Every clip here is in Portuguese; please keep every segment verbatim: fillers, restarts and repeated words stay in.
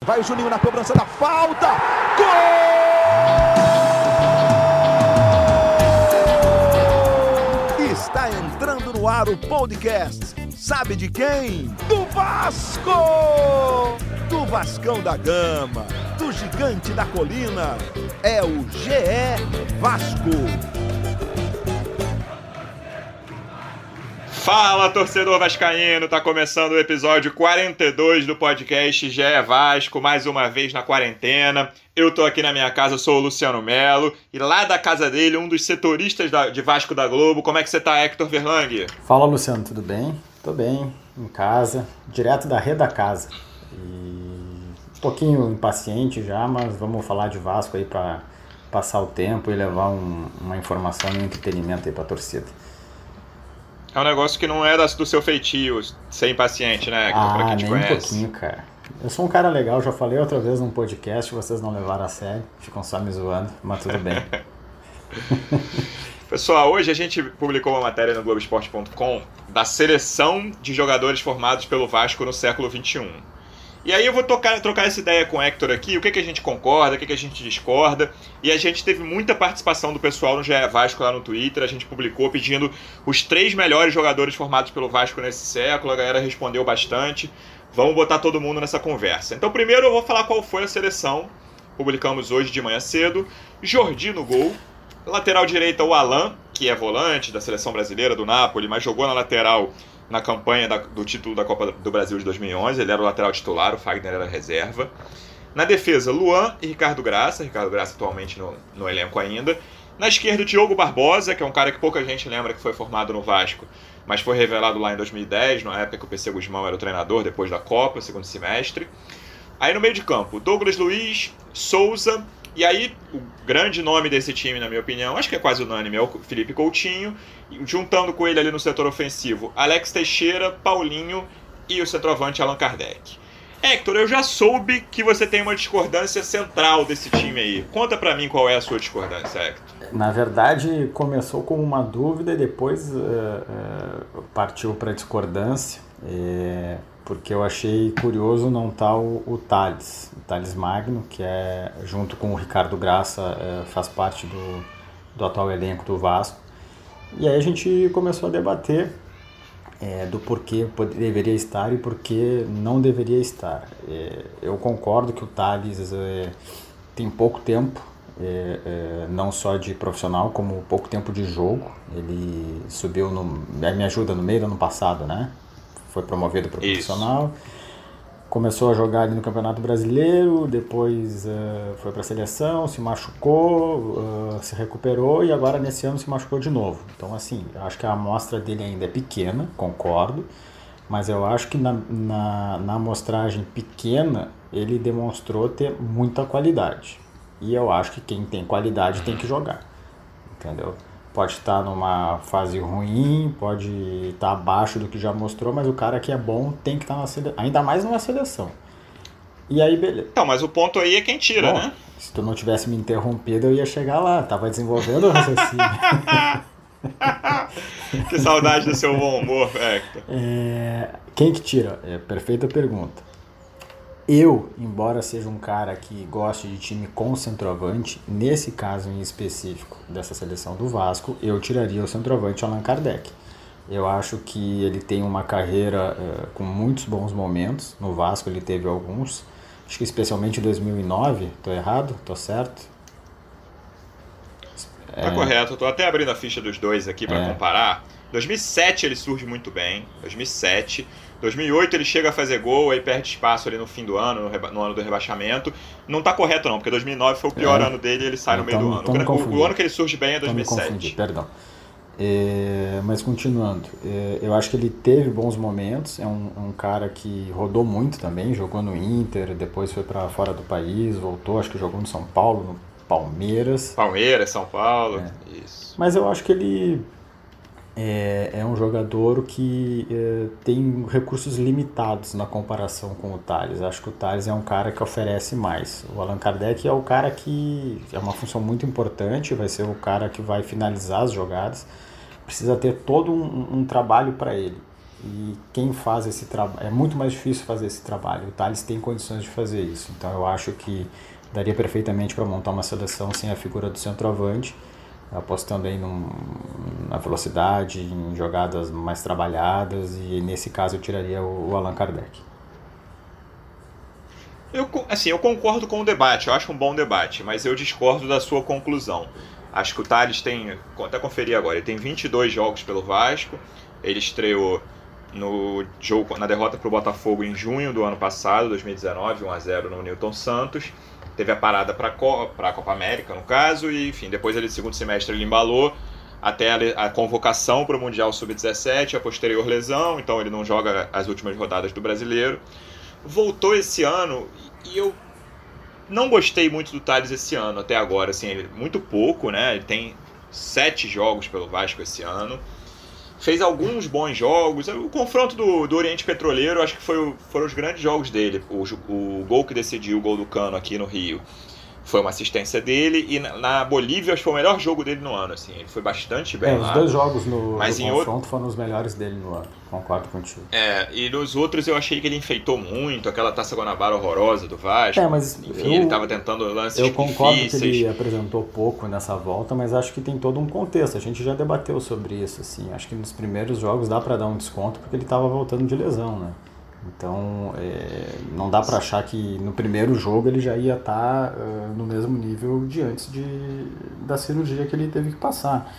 Vai o Juninho na cobrança da falta. Gol! Está entrando no ar o podcast. Sabe de quem? Do Vasco! Do Vascão da Gama, do Gigante da Colina. É o G E Vasco. Fala, torcedor vascaíno, tá começando o episódio quarenta e dois do podcast G E Vasco, mais uma vez na quarentena. Eu tô aqui na minha casa, eu sou o Luciano Melo, e lá da casa dele, um dos setoristas da, de Vasco da Globo. Como é que você tá, Hector Verlang? Fala, Luciano, tudo bem? Tô bem, em casa, direto da rede da casa. E um pouquinho impaciente já, mas vamos falar de Vasco aí pra passar o tempo e levar um, uma informação e um entretenimento aí pra torcida. É um negócio que não é do seu feitio, ser impaciente, né, Hector? Ah, pra quem te nem conhece. um pouquinho, cara. Eu sou um cara legal, já falei outra vez num podcast, vocês não levaram a sério, ficam só me zoando, mas tudo bem. Pessoal, hoje a gente publicou uma matéria no Globo Esporte ponto com da seleção de jogadores formados pelo Vasco no século vinte e um. E aí eu vou tocar, trocar essa ideia com o Hector aqui, o que, que a gente concorda, o que, que a gente discorda. E a gente teve muita participação do pessoal no G E Vasco lá no Twitter, a gente publicou pedindo os três melhores jogadores formados pelo Vasco nesse século, a galera respondeu bastante. Vamos botar todo mundo nessa conversa. Então primeiro eu vou falar qual foi a seleção, publicamos hoje de manhã cedo. Jordi no gol, lateral direita o Alan, que é volante da seleção brasileira do Napoli, mas jogou na lateral na campanha da, do título da Copa do Brasil de dois mil e onze, ele era o lateral titular, o Fagner era reserva. Na defesa, Luan e Ricardo Graça, Ricardo Graça atualmente no, no elenco ainda. Na esquerda, Diogo Barbosa, que é um cara que pouca gente lembra que foi formado no Vasco, mas foi revelado lá em dois mil e dez, na época que o P C Guzmão era o treinador, depois da Copa, segundo semestre. Aí no meio de campo, Douglas Luiz, Souza, e aí o grande nome desse time, na minha opinião, acho que é quase unânime, é o Felipe Coutinho, juntando com ele ali no setor ofensivo, Alex Teixeira, Paulinho e o centroavante Allan Kardec. Hector, eu já soube que você tem uma discordância central desse time aí. Conta pra mim qual é a sua discordância, Hector. Na verdade, começou com uma dúvida e depois uh, uh, partiu para discordância, é, porque eu achei curioso não estar o, o Thales, o Thales Magno, que é, junto com o Ricardo Graça, é, faz parte do, do atual elenco do Vasco. E aí a gente começou a debater é, do porquê deveria estar e porquê não deveria estar. É, eu concordo que o Thales é, tem pouco tempo, é, é, não só de profissional, como pouco tempo de jogo. Ele subiu, no, me ajuda, no meio do ano passado, né? Foi promovido para o profissional. Começou a jogar ali no Campeonato Brasileiro, depois uh, foi para a seleção, se machucou, uh, se recuperou e agora nesse ano se machucou de novo. Então, assim, eu acho que a amostra dele ainda é pequena, concordo, mas eu acho que na, na, na amostragem pequena ele demonstrou ter muita qualidade. E eu acho que quem tem qualidade tem que jogar, entendeu? Pode estar numa fase ruim, pode estar abaixo do que já mostrou, mas o cara que é bom tem que estar na seleção, ainda mais numa seleção. E aí, beleza. Então, mas o ponto aí é quem tira, bom, né? Se tu não tivesse me interrompido, eu ia chegar lá. Tava desenvolvendo o raciocínio. Que saudade do seu bom humor, Hector. É, quem que tira? É perfeita pergunta. Eu, embora seja um cara que goste de time com centroavante, nesse caso em específico dessa seleção do Vasco, eu tiraria o centroavante Allan Kardec. Eu acho que ele tem uma carreira uh, com muitos bons momentos. No Vasco ele teve alguns, acho que especialmente em dois mil e nove, tô errado? Tô certo? Tá é... correto, eu tô até abrindo a ficha dos dois aqui para é. comparar. dois mil e sete ele surge muito bem, dois mil e sete. dois mil e oito ele chega a fazer gol, aí perde espaço ali no fim do ano, no, reba- no ano do rebaixamento. Não tá correto não, porque dois mil e nove foi o pior é. ano dele e ele sai então, no meio do ano. Então o, o ano que ele surge bem é dois mil e sete. Então me confundi, perdão. É, mas continuando, é, eu acho que ele teve bons momentos, é um, um cara que rodou muito também, jogou no Inter, depois foi para fora do país, voltou, acho que jogou no São Paulo, no Palmeiras. Palmeiras, São Paulo, é. Isso. Mas eu acho que ele é, é um jogador que é, tem recursos limitados na comparação com o Thales. Acho que o Thales é um cara que oferece mais. O Allan Kardec é o cara que é uma função muito importante, vai ser o cara que vai finalizar as jogadas. Precisa ter todo um, um trabalho para ele. e quem faz esse trabalho, é muito mais difícil fazer esse trabalho, o Tales tem condições de fazer isso, então eu acho que daria perfeitamente para montar uma seleção sem a figura do centroavante, apostando aí num, na velocidade, em jogadas mais trabalhadas, e nesse caso eu tiraria o, o Allan Kardec. Eu, assim, eu concordo com o debate, eu acho um bom debate, mas eu discordo da sua conclusão. Acho que o Tales tem, até conferir agora, ele tem vinte e dois jogos pelo Vasco, ele estreou no jogo, na derrota para o Botafogo em junho do ano passado, dois mil e dezenove, um a zero no Newton Santos, teve a parada para a Copa América, no caso, e enfim, depois ele, segundo semestre, ele embalou até a, a convocação para o Mundial sub dezessete, a posterior lesão, então ele não joga as últimas rodadas do Brasileiro. Voltou esse ano e eu não gostei muito do Tales esse ano, até agora, assim, ele, muito pouco, né? Ele tem sete jogos pelo Vasco esse ano, fez alguns bons jogos, o confronto do, do Oriente Petroleiro, acho que foi o, foram os grandes jogos dele, o, o gol que decidiu o gol do Cano aqui no Rio, foi uma assistência dele, e na, na Bolívia acho que foi o melhor jogo dele no ano, assim, ele foi bastante bem é, lá. Os dois jogos no, mas no em confronto outro... foram os melhores dele no ano, concordo contigo. É, e nos outros eu achei que ele enfeitou muito, aquela Taça Guanabara horrorosa do Vasco, é, mas enfim, eu, ele estava tentando lances eu concordo difíceis. que ele apresentou pouco nessa volta, mas acho que tem todo um contexto, a gente já debateu sobre isso, assim, acho que nos primeiros jogos dá para dar um desconto porque ele estava voltando de lesão, né? Então, é, não dá para achar que no primeiro jogo ele já ia estar tá, uh, no mesmo nível de antes de, da cirurgia que ele teve que passar.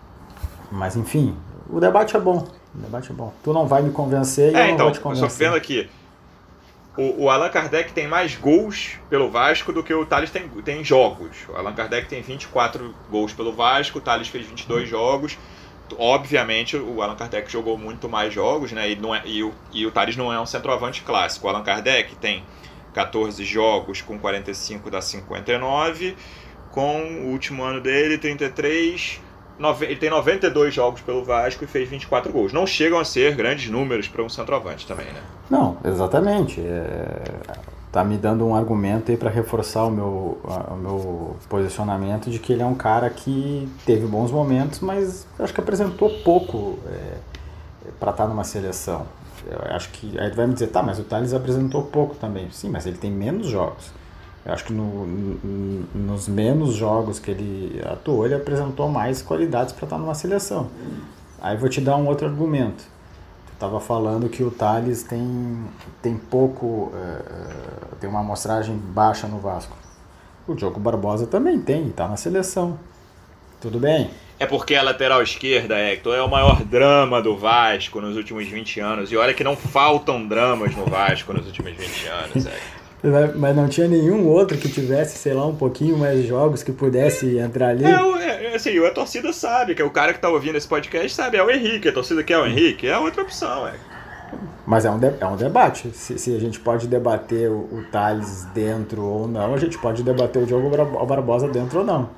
Mas, enfim, o debate é bom. O debate é bom. Tu não vai me convencer e é, eu não então, vou te convencer. Eu estou vendo aqui, o, o Allan Kardec tem mais gols pelo Vasco do que o Tales tem, tem jogos. O Allan Kardec tem vinte e quatro gols pelo Vasco, o Tales fez vinte e dois hum. jogos. Obviamente o Allan Kardec jogou muito mais jogos, né? E, não é, e, o, e o Tales não é um centroavante clássico. O Allan Kardec tem catorze jogos com quarenta e cinco, dá cinquenta e nove. Com o último ano dele, trinta e três. Nove, ele tem noventa e dois jogos pelo Vasco e fez vinte e quatro gols. Não chegam a ser grandes números para um centroavante também, né? Não, exatamente. É... Tá me dando um argumento aí para reforçar o meu, o meu posicionamento de que ele é um cara que teve bons momentos, mas acho que apresentou pouco é, para estar numa seleção. Eu acho que aí tu vai me dizer, tá, mas o Tales apresentou pouco também. Sim, mas ele tem menos jogos. Eu acho que no, no, nos menos jogos que ele atuou, ele apresentou mais qualidades para estar numa seleção. Aí vou te dar um outro argumento. Estava falando que o Tales tem, tem pouco, é, tem uma amostragem baixa no Vasco. O Diogo Barbosa também tem, está na seleção. Tudo bem? É porque a lateral esquerda, Hector, é o maior drama do Vasco nos últimos vinte anos. E olha que não faltam dramas no Vasco nos últimos vinte anos, Hector. Mas não tinha nenhum outro que tivesse, sei lá, um pouquinho mais de jogos que pudesse entrar ali? É, é, assim, a torcida sabe, que é o cara que tá ouvindo esse podcast sabe, é o Henrique, a torcida quer o Henrique, é outra opção, é. Mas é um, de, é um debate, se, se a gente pode debater o, o Tales dentro ou não, a gente pode debater o Diogo Barbosa dentro ou não.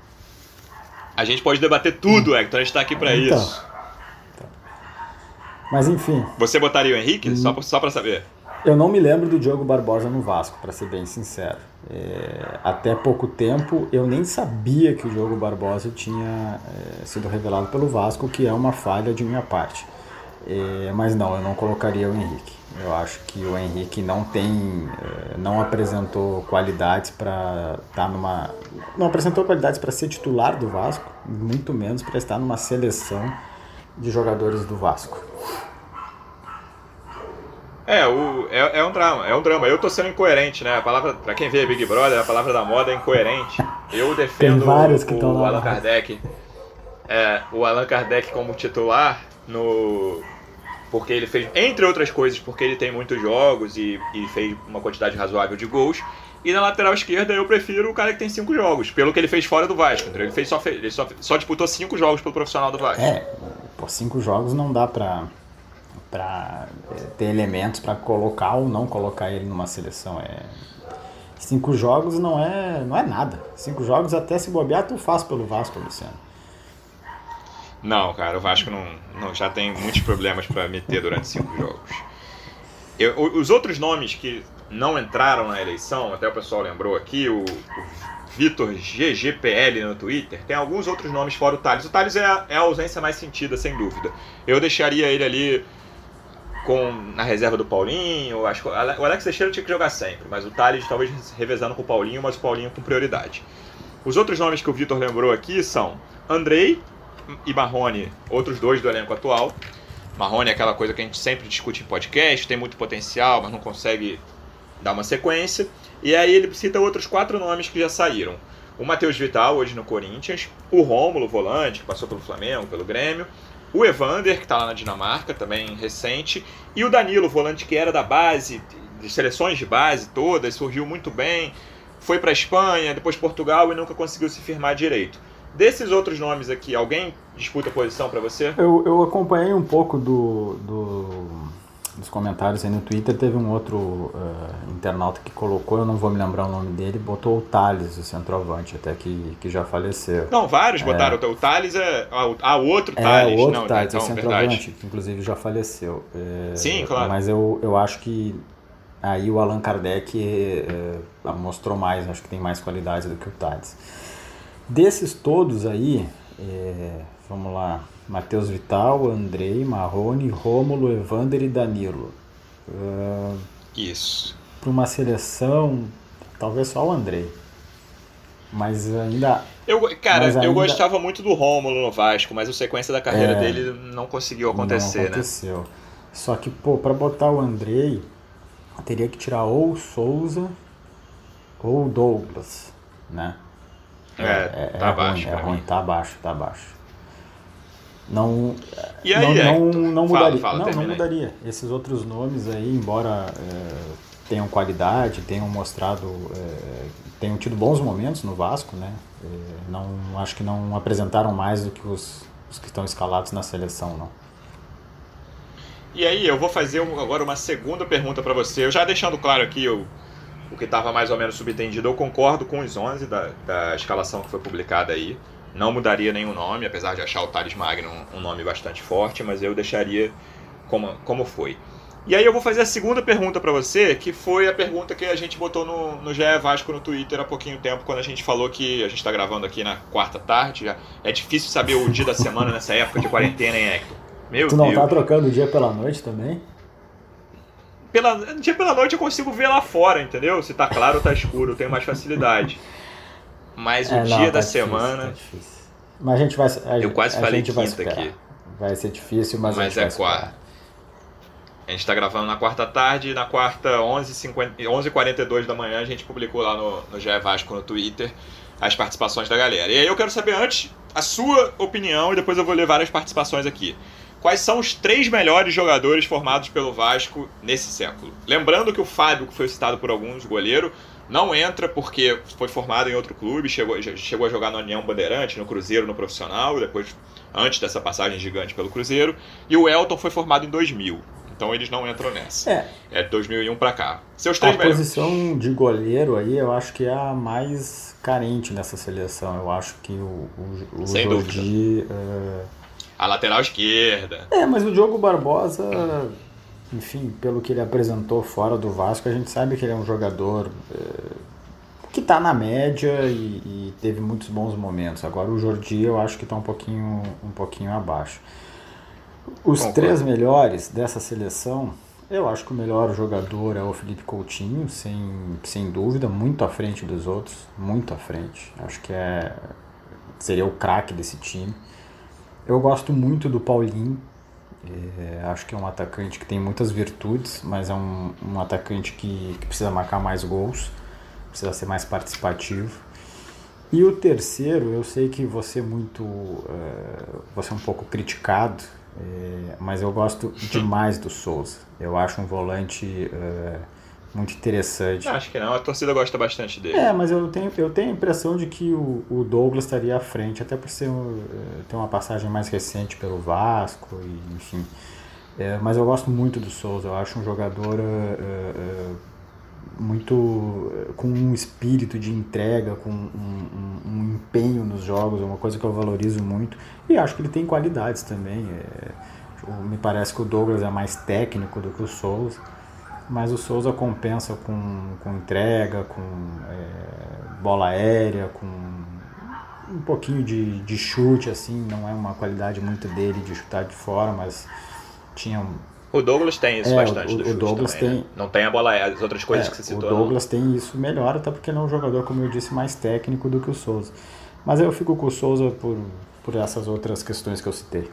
A gente pode debater tudo, Hector, a gente tá aqui pra então, isso. Então. Mas enfim. Você botaria o Henrique? Hum. Só, só pra saber. Eu não me lembro do Diogo Barbosa no Vasco, para ser bem sincero. É, até pouco tempo eu nem sabia que o Diogo Barbosa tinha é, sido revelado pelo Vasco, que é uma falha de minha parte. É, mas não, eu não colocaria o Henrique. Eu acho que o Henrique não tem, é, não apresentou qualidades para estar numa, não apresentou qualidades para ser titular do Vasco, muito menos para estar numa seleção de jogadores do Vasco. É, o, é, é um drama, é um drama. Eu tô sendo incoerente, né? A palavra, pra quem vê Big Brother, a palavra da moda é incoerente. Eu defendo o, o Allan Kardec, é, o Allan Kardec como titular, no, porque ele fez, entre outras coisas, porque ele tem muitos jogos e, e fez uma quantidade razoável de gols. E na lateral esquerda eu prefiro o cara que tem cinco jogos, pelo que ele fez fora do Vasco. Ele, fez só, ele só, só disputou cinco jogos pelo profissional do Vasco. É, por cinco jogos não dá pra... para ter elementos para colocar ou não colocar ele numa seleção. É... Cinco jogos não é, não é nada. Cinco jogos até se bobear tu faz pelo Vasco, Luciano. Não, cara, o Vasco não, não, já tem muitos problemas para meter durante cinco jogos. Eu, os outros nomes que não entraram na eleição, até o pessoal lembrou aqui, o, o Vitor G G P L no Twitter, tem alguns outros nomes fora o Tales. O Tales é a, é a ausência mais sentida, sem dúvida. Eu deixaria ele ali com, na reserva do Paulinho. Acho que o Alex Teixeira tinha que jogar sempre, mas o Thales talvez revezando com o Paulinho, mas o Paulinho com prioridade. Os outros nomes que o Vitor lembrou aqui são Andrei e Marrone, outros dois do elenco atual. Marrone é aquela coisa que a gente sempre discute em podcast, tem muito potencial, mas não consegue dar uma sequência. E aí ele cita outros quatro nomes que já saíram. O Matheus Vital, hoje no Corinthians, o Rômulo, volante, que passou pelo Flamengo, pelo Grêmio, o Evander, que está lá na Dinamarca, também recente, e o Danilo, volante que era da base, de seleções de base todas, surgiu muito bem, foi para a Espanha, depois Portugal e nunca conseguiu se firmar direito. Desses outros nomes aqui, alguém disputa a posição para você? Eu, eu acompanhei um pouco do, do, dos comentários aí no Twitter. Teve um outro uh, internauta que colocou, eu não vou me lembrar o nome dele, botou o Thales, o centroavante, até que, que já faleceu. Não, vários é, botaram. O Thales é... Ah, o outro Thales. É, o outro não, Thales, então, o centroavante, verdade. que inclusive já faleceu. É, Sim, claro. Mas eu, eu acho que aí o Allan Kardec é, mostrou mais, acho que tem mais qualidade do que o Thales. Desses todos aí, é, vamos lá, Matheus Vital, Andrei, Marrone, Rômulo, Evander e Danilo. Uh, Isso. Para uma seleção, talvez só o Andrei. Mas ainda... Eu, cara, mas ainda, eu gostava muito do Rômulo no Vasco, mas a sequência da carreira é, dele não conseguiu acontecer, não aconteceu, né? Só que, pô, para botar o Andrei, teria que tirar ou o Souza ou o Douglas, né? É, é, é, tá é abaixo. ruim, é ruim, tá abaixo, tá abaixo. Não, e aí, não, não, não mudaria. Fala, fala, não, não mudaria. Esses outros nomes aí, embora é, tenham qualidade, tenham mostrado, é, tenham tido bons momentos no Vasco, né? É, não, acho que não apresentaram mais do que os, os que estão escalados na seleção, não. E aí, eu vou fazer um, agora uma segunda pergunta para você. Eu já deixando claro aqui o, o que estava mais ou menos subentendido, eu concordo com os onze da, da escalação que foi publicada aí. Não mudaria nenhum nome, apesar de achar o Thales Magno um, um nome bastante forte, mas eu deixaria como, como foi. E aí eu vou fazer a segunda pergunta para você, que foi a pergunta que a gente botou no, no G E Vasco no Twitter há pouquinho tempo, quando a gente falou que a gente está gravando aqui na quarta tarde. Já é difícil saber o dia da semana nessa época de quarentena, hein, Hector? Meu tu não Deus. Tá trocando o dia pela noite também? Pela, dia pela noite eu consigo ver lá fora, entendeu? Se tá claro ou tá escuro, eu tenho mais facilidade. Mas o é, dia não, da tá difícil, semana... Tá difícil. Mas a gente vai... A, eu quase a falei gente vai quinta aqui. Vai ser difícil, mas, mas a gente é quarta. A gente tá gravando na quarta tarde e na quarta, onze e quarenta e dois da manhã, a gente publicou lá no, no G E Vasco no Twitter as participações da galera. E aí eu quero saber antes a sua opinião e depois eu vou ler várias participações aqui. Quais são os três melhores jogadores formados pelo Vasco nesse século? Lembrando que o Fábio, que foi citado por alguns, goleiro, não entra porque foi formado em outro clube, chegou, chegou a jogar no União Bandeirante, no Cruzeiro, no profissional, depois, antes dessa passagem gigante pelo Cruzeiro. E o Elton foi formado em dois mil, então eles não entram nessa. É, é de dois mil e um para cá. Seus três a melhores. posição de goleiro aí, eu acho que é a mais carente nessa seleção. Eu acho que o, o, o Sem Jordi... É... A lateral esquerda. É, mas o Diogo Barbosa, enfim, pelo que ele apresentou fora do Vasco, a gente sabe que ele é um jogador é, que está na média e, e teve muitos bons momentos. Agora o Jordi eu acho que está um pouquinho, um pouquinho abaixo. Os Concordo. Três melhores dessa seleção, eu acho que o melhor jogador é o Felipe Coutinho, sem, sem dúvida, muito à frente dos outros, muito à frente. Acho que é, seria o craque desse time. Eu gosto muito do Paulinho, é, acho que é um atacante que tem muitas virtudes, mas é um, um atacante que, que precisa marcar mais gols, precisa ser mais participativo. E o terceiro, eu sei que você é muito, é, você é um pouco criticado, é, mas eu gosto demais do Souza. Eu acho um volante é, muito interessante. Acho que não, a torcida gosta bastante dele. É, mas eu tenho, eu tenho a impressão de que o, o Douglas estaria à frente, até por ser um, ter uma passagem mais recente pelo Vasco, e, enfim. É, mas eu gosto muito do Souza, eu acho um jogador é, é, muito com um espírito de entrega, com um, um, um empenho nos jogos, é uma coisa que eu valorizo muito. E acho que ele tem qualidades também. É, me parece que o Douglas é mais técnico do que o Souza. Mas o Souza compensa com, com entrega, com é, bola aérea, com um pouquinho de, de chute, assim, não é uma qualidade muito dele de chutar de fora, mas tinha O Douglas tem isso é, bastante o, do o chute Douglas também, tem, né? Não tem a bola, as outras coisas é, que você citou. O Douglas não. tem isso melhor, até porque ele é um jogador, como eu disse, mais técnico do que o Souza. Mas eu fico com o Souza por, por essas outras questões que eu citei.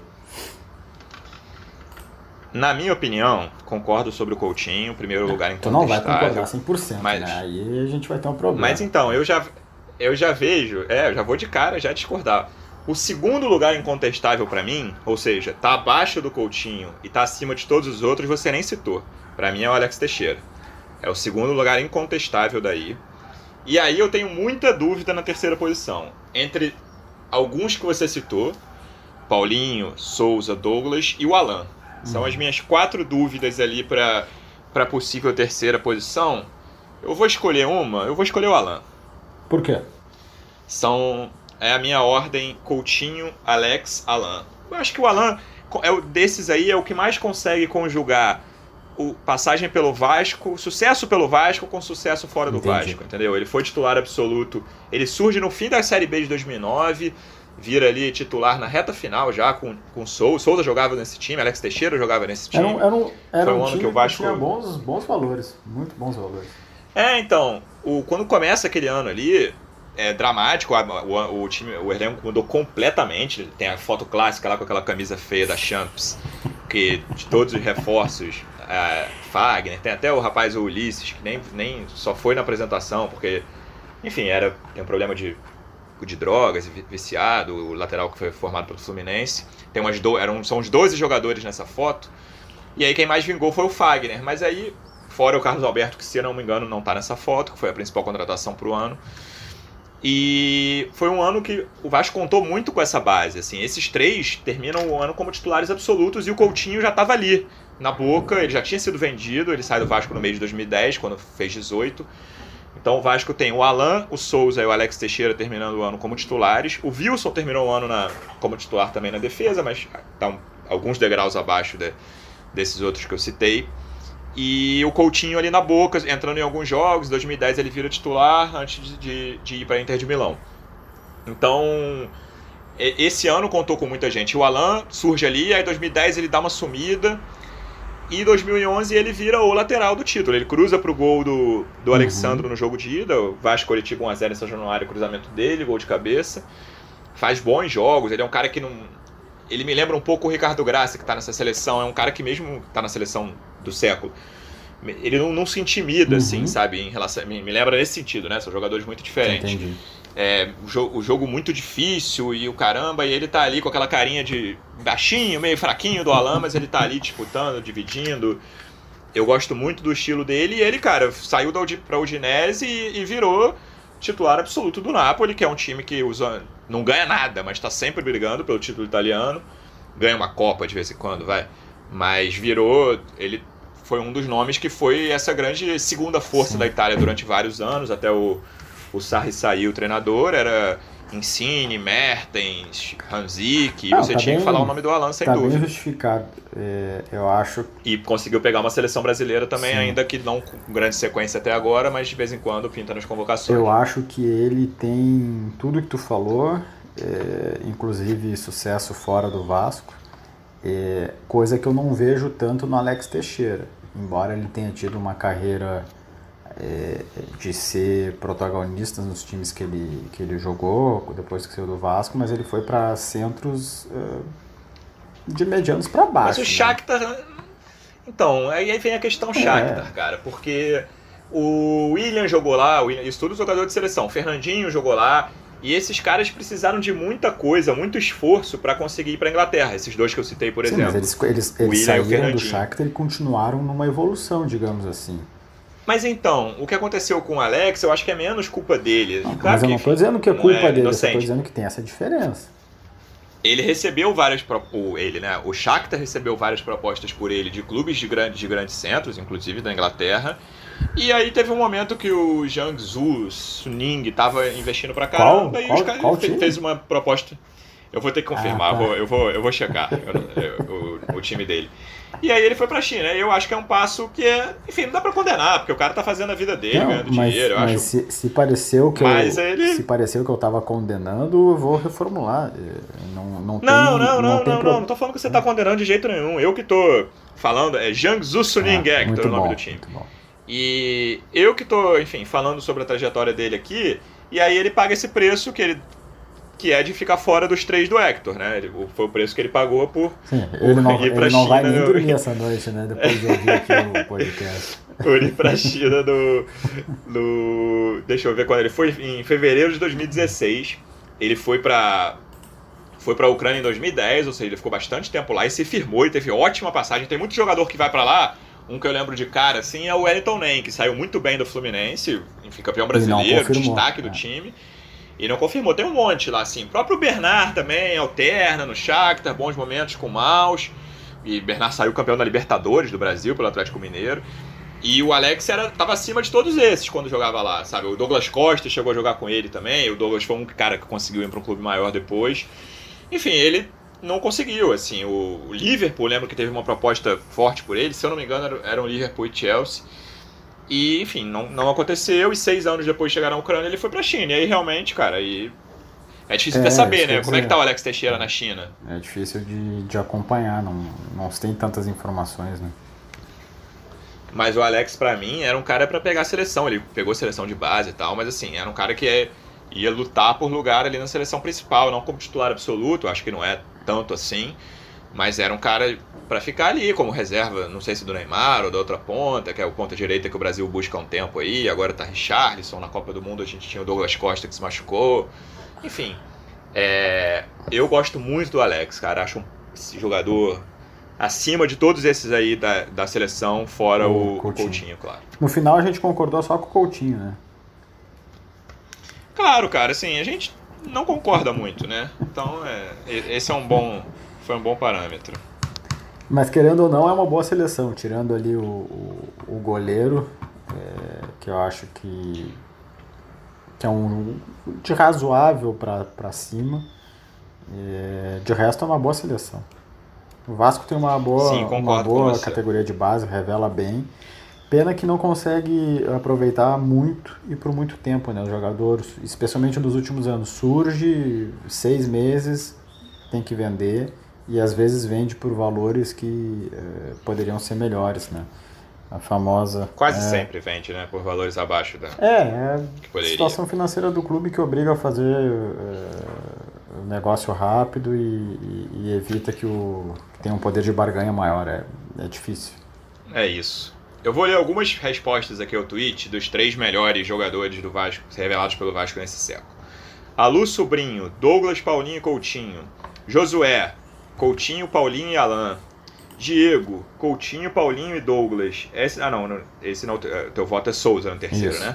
Na minha opinião, concordo sobre o Coutinho, primeiro lugar Tu não vai incontestável. concordar cem por cento, mas, né? Aí a gente vai ter um problema. Mas então, eu já, eu já vejo, é, eu já vou de cara já discordar. O segundo lugar incontestável pra mim, ou seja, tá abaixo do Coutinho e tá acima de todos os outros, você nem citou. Pra mim é o Alex Teixeira. É o segundo lugar incontestável daí. E aí eu tenho muita dúvida na terceira posição. Entre alguns que você citou, Paulinho, Souza, Douglas e o Alan. São as minhas quatro dúvidas ali para para possível terceira posição. Eu vou escolher uma, eu vou escolher o Alan. Por quê? São, é a minha ordem: Coutinho, Alex, Alan. Eu acho que o Alan, é o, desses aí, é o que mais consegue conjugar o passagem pelo Vasco, sucesso pelo Vasco com sucesso fora do Entendi. Vasco, entendeu? Ele foi titular absoluto, ele surge no fim da Série B de dois mil e nove, vira ali titular na reta final já com o Souza. Souza jogava nesse time, Alex Teixeira jogava nesse time. Era um, era um, era Foi um um ano time que o Vasco que tinha bons, bons valores, muito bons valores. É, então, o, quando começa aquele ano ali, é dramático, o, o, o time, o elenco mudou completamente. Tem a foto clássica lá com aquela camisa feia da Champs, que de todos os reforços, é, Fagner, tem até o rapaz o Ulisses, que nem, nem só foi na apresentação, porque, enfim, era, tem um problema de, de drogas, viciado, o lateral que foi formado pelo Fluminense. Tem umas do, eram, são uns doze jogadores nessa foto, e aí quem mais vingou foi o Fagner, mas aí, fora o Carlos Alberto, que se não me engano não está nessa foto, que foi a principal contratação para o ano. E foi um ano que o Vasco contou muito com essa base. Assim, esses três terminam o ano como titulares absolutos e o Coutinho já estava ali, na boca. Ele já tinha sido vendido, ele sai do Vasco no mês de dois mil e dez, quando fez dezoito. Então o Vasco tem o Alan, o Souza e o Alex Teixeira terminando o ano como titulares. O Wilson terminou o ano na, como titular também na defesa, mas está um, alguns degraus abaixo de, desses outros que eu citei. E o Coutinho ali na boca, entrando em alguns jogos. Em dois mil e dez ele vira titular antes de, de, de ir para a Inter de Milão. Então, esse ano contou com muita gente. O Alan surge ali, aí em dois mil e dez ele dá uma sumida. E em dois mil e onze ele vira o lateral do título. Ele cruza para o gol do, do Alexandro uhum. no jogo de ida. O Vasco Coritiba um a zero em São Januário, cruzamento dele, gol de cabeça. Faz bons jogos, ele é um cara que não... Ele me lembra um pouco o Ricardo Graça, que está nessa seleção. É um cara que mesmo está na seleção do século, ele não, não se intimida, uhum. assim, sabe? Em relação, me, me lembra nesse sentido, né? São jogadores muito diferentes. Entendi. É, o, jogo, o jogo muito difícil e o caramba, e ele tá ali com aquela carinha de baixinho, meio fraquinho do Alan, mas ele tá ali disputando, dividindo. Eu gosto muito do estilo dele e ele, cara, saiu da, pra Udinese e, e virou titular absoluto do Napoli, que é um time que usa, não ganha nada, mas tá sempre brigando pelo título italiano. Ganha uma Copa de vez em quando, vai. Mas virou, ele foi um dos nomes que foi essa grande segunda força Sim. da Itália durante vários anos, até o, o Sarri sair, o treinador, era Insigne, Mertens, Hanzik, e Não, você tá tinha bem, que falar o nome do Alan sem tá dúvida. Tá bem justificado, é, eu acho. E conseguiu pegar uma seleção brasileira também, Sim. ainda que não com grande sequência até agora, mas de vez em quando pinta nas convocações. Eu acho que ele tem tudo que tu falou, é, inclusive sucesso fora do Vasco. É, coisa que eu não vejo tanto no Alex Teixeira, embora ele tenha tido uma carreira é, de ser protagonista nos times que ele, que ele jogou depois que saiu do Vasco, mas ele foi para centros é, de medianos para baixo. Mas o Shakhtar, né? Então, aí vem a questão Shakhtar, é. cara, porque o William jogou lá, o William, isso tudo jogador de seleção, o Fernandinho jogou lá. E esses caras precisaram de muita coisa, muito esforço para conseguir ir para a Inglaterra. Esses dois que eu citei, por Sim, exemplo. Mas eles, eles, o eles William saíram e o do Shakhtar e continuaram numa evolução, digamos assim. Mas então, o que aconteceu com o Alex, eu acho que é menos culpa dele. Não, claro mas eu não estou dizendo que é culpa é dele, eu estou dizendo que tem essa diferença. Ele recebeu várias o, ele, né? O Shakhtar recebeu várias propostas por ele de clubes de, grande, de grandes centros, inclusive da Inglaterra. E aí teve um momento que o Jiangsu Suning estava investindo pra caramba qual, e qual, os caras qual fez, fez uma proposta. Eu vou ter que confirmar, ah, tá. eu, vou, eu, vou, eu vou checar eu, eu, o, o time dele. E aí ele foi pra China. Eu acho que é um passo que, é, enfim, não dá pra condenar, porque o cara tá fazendo a vida dele, não, ganhando mas, dinheiro. Eu mas acho... se, se pareceu que mas eu, ele... se pareceu que eu tava condenando, eu vou reformular. Não, não, tem, não, não, não, não, não, tem não, pro... não, não tô falando que você tá condenando de jeito nenhum. Eu que tô falando, é Jiangsu Suning ah, Hector, o nome bom, do time. Muito bom. E eu que tô, enfim, falando sobre a trajetória dele aqui, e aí ele paga esse preço que ele... que é de ficar fora dos três do Hector, né? Ele, foi o preço que ele pagou por, Sim, ele por não, ir pra ele China. não vai nem no... dormir essa noite, né? Depois de ouvir aqui o podcast. Por ir pra China no, no... Deixa eu ver quando ele foi. Em fevereiro de dois mil e dezesseis. Ele foi pra... Foi pra Ucrânia em dois mil e dez, ou seja, ele ficou bastante tempo lá e se firmou, ele teve ótima passagem. Tem muito jogador que vai pra lá. Um que eu lembro de cara, assim, é o Wellington Nem, que saiu muito bem do Fluminense, enfim, campeão brasileiro, destaque do é. time. E não confirmou. Tem um monte lá, assim. O próprio Bernard também alterna no Shakhtar, bons momentos com o Maus. E Bernard saiu campeão da Libertadores do Brasil pelo Atlético Mineiro. E o Alex era, tava acima de todos esses quando jogava lá, sabe? O Douglas Costa chegou a jogar com ele também. O Douglas foi um cara que conseguiu ir para um clube maior depois. Enfim, ele não conseguiu, assim. O Liverpool, lembro que teve uma proposta forte por ele. Se eu não me engano, era um Liverpool e Chelsea. E, enfim, não, não aconteceu, e seis anos depois de chegar na Ucrânia, ele foi pra China. E aí, realmente, cara, aí é difícil é, até saber, né? Como dizer, é que tá o Alex Teixeira na China? É difícil de, de acompanhar, não, não se tem tantas informações, né? Mas o Alex, pra mim, era um cara pra pegar a seleção. Ele pegou a seleção de base e tal, mas assim, era um cara que é, ia lutar por lugar ali na seleção principal, não como titular absoluto, acho que não é tanto assim, mas era um cara para ficar ali como reserva, não sei se do Neymar ou da outra ponta, que é o ponta direita que o Brasil busca há um tempo aí, agora tá Richarlison, na Copa do Mundo a gente tinha o Douglas Costa que se machucou, enfim, é, eu gosto muito do Alex, cara, acho um esse jogador acima de todos esses aí da, da seleção, fora o, o Coutinho. Coutinho, claro. No final a gente concordou só com o Coutinho, né? Claro, cara, assim, a gente não concorda muito, né, então é, esse é um bom, foi um bom parâmetro. Mas querendo ou não, é uma boa seleção, tirando ali o, o, o goleiro, é, que eu acho que, que é um de razoável para cima. É, de resto é uma boa seleção. O Vasco tem uma boa, Sim, uma boa categoria de base, revela bem. Pena que não consegue aproveitar muito e por muito tempo, né? Os jogadores, especialmente nos últimos anos, surge seis meses, tem que vender. E às vezes vende por valores que eh, poderiam ser melhores, né? A famosa... Quase é, sempre vende, né? Por valores abaixo da... É, é a situação financeira do clube que obriga a fazer é, o negócio rápido e, e, e evita que o que tenha um poder de barganha maior. É, é difícil. É isso. Eu vou ler algumas respostas aqui ao tweet dos três melhores jogadores do Vasco, revelados pelo Vasco nesse século. Alu Sobrinho, Douglas, Paulinho e Coutinho. Josué, Coutinho, Paulinho e Alan. Diego, Coutinho, Paulinho e Douglas. Esse, ah, não, não esse não, teu voto é Souza no terceiro, Isso. né?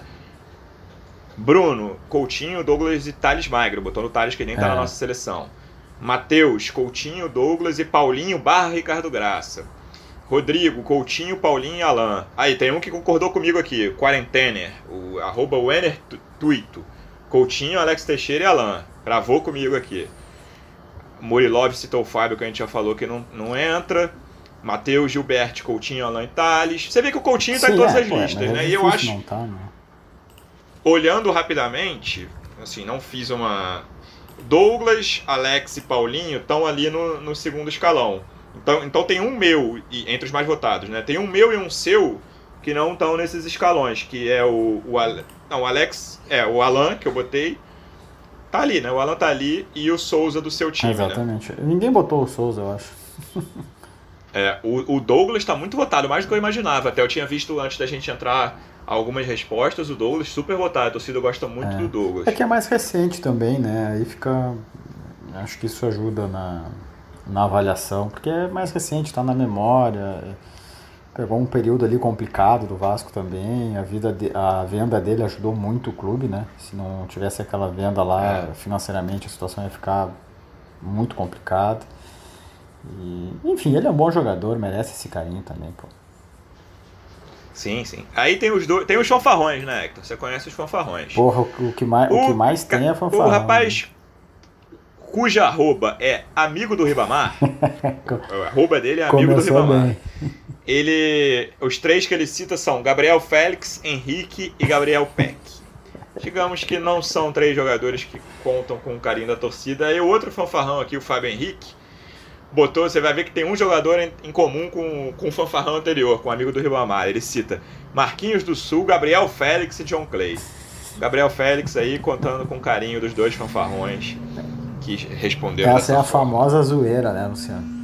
Bruno, Coutinho, Douglas e Thales Magro. Botou no Thales que nem é. tá na nossa seleção. Matheus, Coutinho, Douglas e Paulinho barra Ricardo Graça. Rodrigo, Coutinho, Paulinho e Alan. Aí, tem um que concordou comigo aqui, Quarentener, o arroba Wenner Tuito. Coutinho, Alex Teixeira e Alan. Gravou comigo aqui. Murilov citou o Fábio, que a gente já falou que não, não entra. Matheus, Gilberto, Coutinho, Alan e Thales. Você vê que o Coutinho está em todas é, as pô, listas, é né? E eu acho... Não tá, não. Olhando rapidamente, assim, não fiz uma... Douglas, Alex e Paulinho estão ali no, no segundo escalão. Então, então tem um meu, entre os mais votados, né? Tem um meu e um seu que não estão nesses escalões, que é o, o... Não, o Alex... É, o Alan, que eu botei. Tá ali, né? O Alan tá ali e o Souza do seu time, Exatamente. Né? Ninguém botou o Souza, eu acho. é, o, o Douglas tá muito votado, mais do que eu imaginava. Até eu tinha visto antes da gente entrar algumas respostas, o Douglas super votado. A torcida gosta muito é. do Douglas. É que é mais recente também, né? Aí fica... Acho que isso ajuda na, na avaliação, porque é mais recente, tá na memória... Pegou um período ali complicado do Vasco também, a, vida de, a venda dele ajudou muito o clube, né? Se não tivesse aquela venda lá, é. financeiramente a situação ia ficar muito complicada. E, enfim, ele é um bom jogador, merece esse carinho também, pô. Sim, sim. Aí tem os, do... tem os fanfarrões, né, Hector? Você conhece os fanfarrões. Porra, o, o, que, mais, o, o que mais tem é fanfarrão. O rapaz... cuja arroba é amigo do Ribamar, o arroba dele é amigo Começou do Ribamar. Bem. Ele, os três que ele cita são Gabriel Félix, Henrique e Gabriel Peck. Digamos que não são três jogadores que contam com o carinho da torcida. E o outro fanfarrão aqui, o Fábio Henrique, botou, você vai ver que tem um jogador em, em comum com, com o fanfarrão anterior, com o amigo do Ribamar. Ele cita Marquinhos do Sul, Gabriel Félix e John Clay. Gabriel Félix aí contando com o carinho dos dois fanfarrões que responderam. Essa é a forma. famosa zoeira, né, Luciano?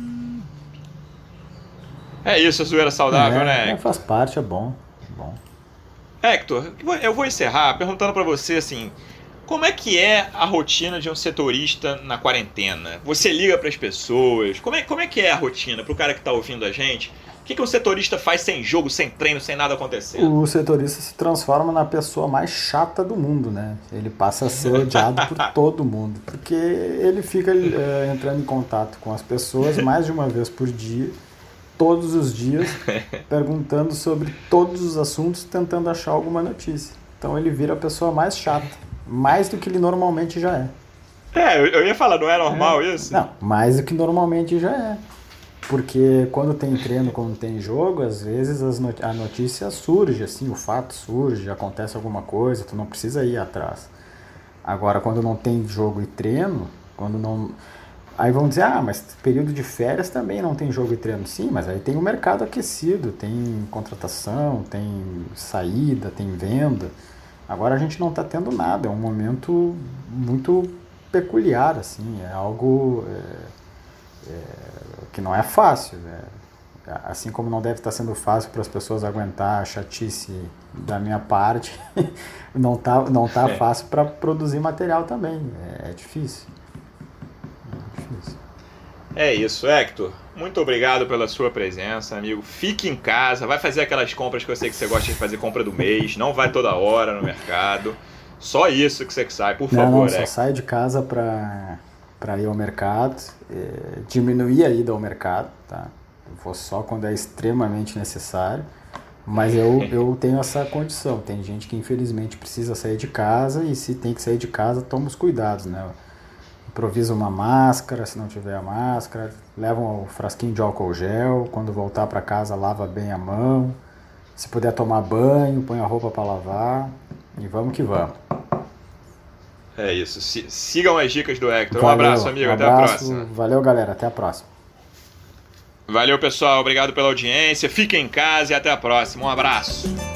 É isso, a zoeira saudável, é, né, é, Hector? faz parte, é bom. bom. Hector, eu vou encerrar perguntando pra você, assim, como é que é a rotina de um setorista na quarentena? Você liga pras pessoas? Como é, como é que é a rotina pro cara que tá ouvindo a gente? O que, que um setorista faz sem jogo, sem treino, sem nada acontecendo? O setorista se transforma na pessoa mais chata do mundo, né? Ele passa a ser odiado por todo mundo, porque ele fica é, entrando em contato com as pessoas mais de uma vez por dia, todos os dias, perguntando sobre todos os assuntos, tentando achar alguma notícia. Então ele vira a pessoa mais chata, mais do que ele normalmente já é. É, eu ia falar, não é normal é. isso? Não, mais do que normalmente já é. Porque quando tem treino, quando tem jogo, às vezes as not- a notícia surge, assim, o fato surge, acontece alguma coisa, tu não precisa ir atrás. Agora, quando não tem jogo e treino, quando não... Aí vão dizer, ah, mas período de férias também não tem jogo e treino. Sim, mas aí tem o mercado aquecido, tem contratação, tem saída, tem venda. Agora a gente não está tendo nada, é um momento muito peculiar, assim, é algo é, é, que não é fácil, né? Assim como não deve estar sendo fácil para as pessoas aguentar a chatice da minha parte, não está não tá é. fácil para produzir material também, é, é difícil. É isso, Hector. Muito obrigado pela sua presença, amigo. Fique em casa, vai fazer aquelas compras que eu sei que você gosta de fazer, compra do mês. Não vai toda hora no mercado. Só isso que você sai, por não, favor, não, Hector. Só saio de casa para para ir ao mercado, é, diminuir a ida ao mercado, tá? Eu vou só quando é extremamente necessário. Mas eu, eu tenho essa condição. Tem gente que infelizmente precisa sair de casa e se tem que sair de casa, toma os cuidados, né? Improvisa uma máscara, se não tiver a máscara, leva um frasquinho de álcool gel, quando voltar para casa lava bem a mão, se puder tomar banho, põe a roupa para lavar e vamos que vamos. É isso, sigam as dicas do Hector. Valeu, um abraço, amigo, um até abraço, a próxima. Valeu, galera, até a próxima. Valeu, pessoal, obrigado pela audiência, fiquem em casa e até a próxima, um abraço.